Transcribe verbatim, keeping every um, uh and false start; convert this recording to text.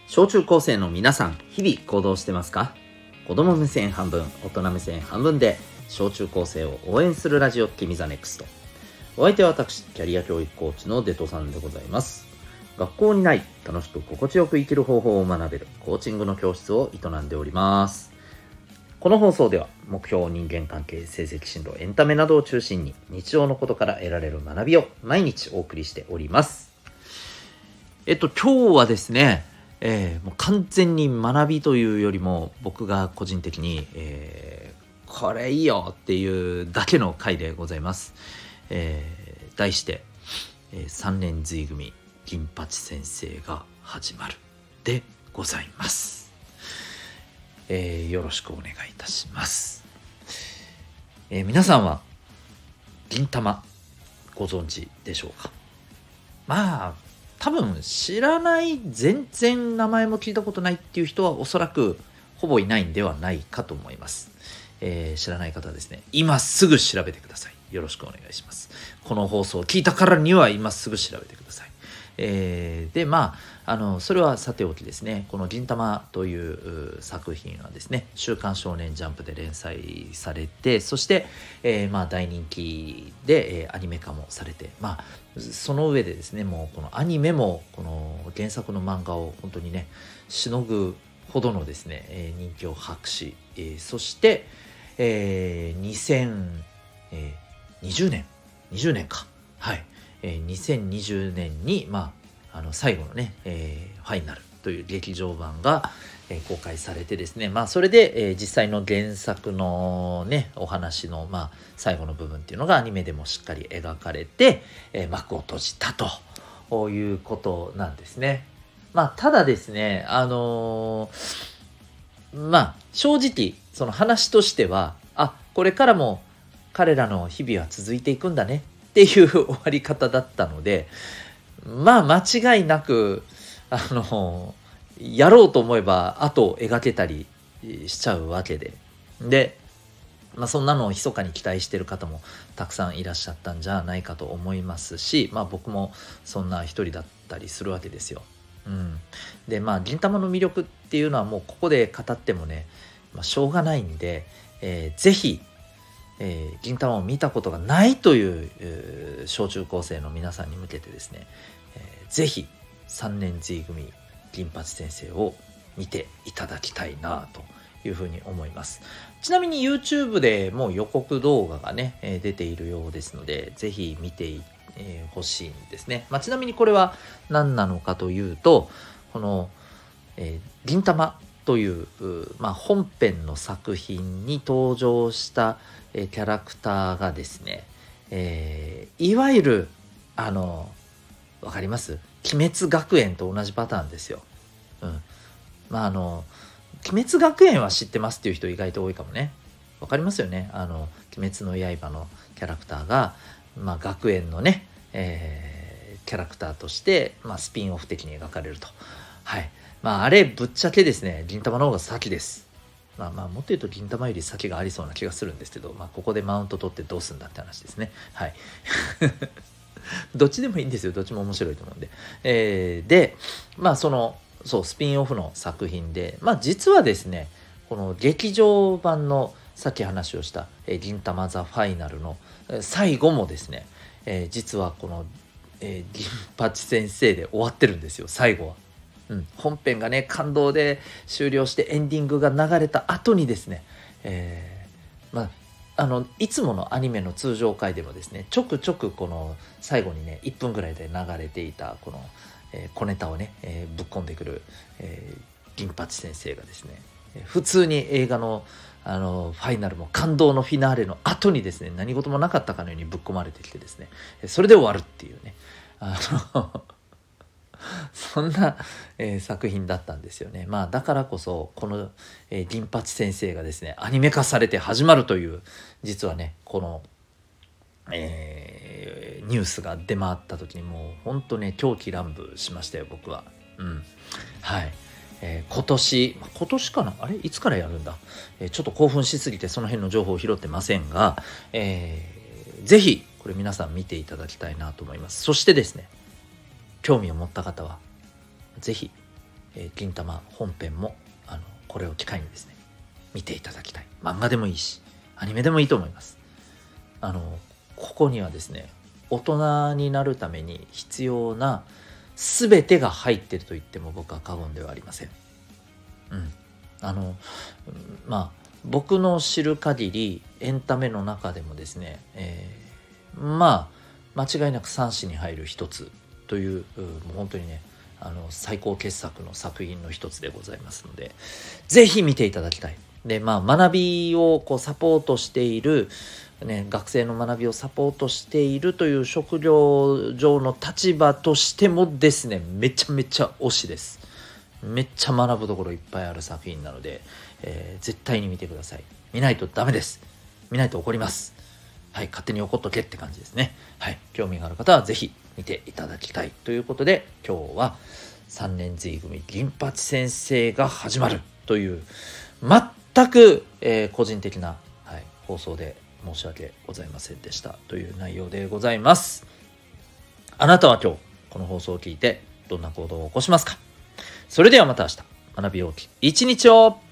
小中高生の皆さん、日々行動してますか？子供目線半分、大人目線半分で小中高生を応援するラジオ、君ザネクスト。お相手は私、キャリア教育コーチのデトさんでございます。学校にない楽しく心地よく生きる方法を学べるコーチングの教室を営んでおります。この放送では目標、人間関係、成績進路、エンタメなどを中心に日常のことから得られる学びを毎日お送りしております。えっと今日はですね、えー、もう完全に学びというよりも僕が個人的に、えー、これいいよっていうだけの回でございます。えー、題して、えー、さんねん随組銀八先生が始まるでございます。えー、よろしくお願いいたします。えー、皆さんは銀玉ご存知でしょうか？まあ多分知らない、全然名前も聞いたことないっていう人はおそらくほぼいないんではないかと思います。えー、知らない方はですね、今すぐ調べてください。よろしくお願いします。この放送を聞いたからには今すぐ調べてください。えー、でまああのそれはさておきですね、この銀玉という作品はですね、週刊少年ジャンプで連載されて、そして、えー、まあ大人気で、えー、アニメ化もされて、まあその上でですね、もうこのアニメもこの原作の漫画を本当にねしのぐほどのですね、えー、人気を博し、えー、そして、えー、にせんにじゅうねんにじゅうねんかはい、えー、にせんにじゅうねんにまああの最後のね、えー、ファイナルという劇場版が、えー、公開されてですね、まあそれで、えー、実際の原作のねお話のまあ最後の部分っていうのがアニメでもしっかり描かれて、えー、幕を閉じたということなんですね。まあただですね、あのー、まあ正直その話としては、あ、これからも彼らの日々は続いていくんだねっていう終わり方だったので、まあ間違いなくあのやろうと思えば後を描けたりしちゃうわけで、で、まあ、そんなのを密かに期待してる方もたくさんいらっしゃったんじゃないかと思いますし、まあ僕もそんな一人だったりするわけですよ。うん、でまあ銀玉の魅力っていうのはもうここで語ってもね、まあ、しょうがないんで、えー、ぜひえー、銀玉を見たことがないという、えー、小中高生の皆さんに向けてですね、えー、ぜひさんねん随組銀八先生を見ていただきたいなというふうに思います。ちなみに YouTube でもう予告動画がね、えー、出ているようですので、ぜひ見てほ、えー、しいんですね。まあ、ちなみにこれは何なのかというと、この、えー、銀玉という、まあ、本編の作品に登場したえキャラクターがですね、えー、いわゆるあのわかります？鬼滅学園と同じパターンですよ。うん。まああの鬼滅学園は知ってますっていう人意外と多いかもね。わかりますよね。あの鬼滅の刃のキャラクターが、まあ、学園のね、えー、キャラクターとして、まあ、スピンオフ的に描かれると。はい。まああれぶっちゃけですね、銀玉の方が先です。まあまあもっと言うと銀玉より先がありそうな気がするんですけど、まあここでマウント取ってどうすんだって話ですね。はい。どっちでもいいんですよ。どっちも面白いと思うんで。えー、で、まあその、そう、スピンオフの作品で、まあ実はですね、この劇場版のさっき話をした、えー、銀玉ザファイナルの最後もですね、えー、実はこの、えー、銀八先生で終わってるんですよ、最後は。うん、本編がね感動で終了してエンディングが流れた後にですね、えー、まああのいつものアニメの通常回でもですね、ちょくちょくこの最後にねいっぷんぐらいで流れていたこの、えー、小ネタをね、えー、ぶっ込んでくる、えー、銀八先生がですね、普通に映画のあのファイナルも感動のフィナーレの後にですね、何事もなかったかのようにぶっ込まれてきてですね、それで終わるっていうね、あのそんな、えー、作品だったんですよね。まあだからこそこの、えー、銀八先生がですねアニメ化されて始まるという、実はねこの、えー、ニュースが出回った時にもう本当ね狂喜乱舞しましたよ、僕は。うん、はい。えー、今年今年かな、あれいつからやるんだ、えー、ちょっと興奮しすぎてその辺の情報を拾ってませんが、えー、ぜひこれ皆さん見ていただきたいなと思います。そしてですね、興味を持った方はぜひえー、銀魂本編もあのこれを機会にですね見ていただきたい。漫画でもいいしアニメでもいいと思います。あのここにはですね大人になるために必要な全てが入っていると言っても僕は過言ではありません。うんあのまあ僕の知る限りエンタメの中でもですね、えー、まあ間違いなく三子に入る一つという、もう本当にねあの最高傑作の作品の一つでございますので、ぜひ見ていただきたい。でまあ学びをこうサポートしている、ね、学生の学びをサポートしているという職業上の立場としてもですね、めちゃめちゃ推しです。めっちゃ学ぶところいっぱいある作品なので、えー、絶対に見てください。見ないとダメです。見ないと怒ります。はい、勝手に怒っとけって感じですね。はい、興味がある方はぜひ見ていただきたいということで、今日はさんねん Z 組銀八先生が始まるという全く、えー、個人的な、はい、放送で申し訳ございませんでしたという内容でございます。あなたは今日この放送を聞いてどんな行動を起こしますか？それではまた明日、学び大きい一日を。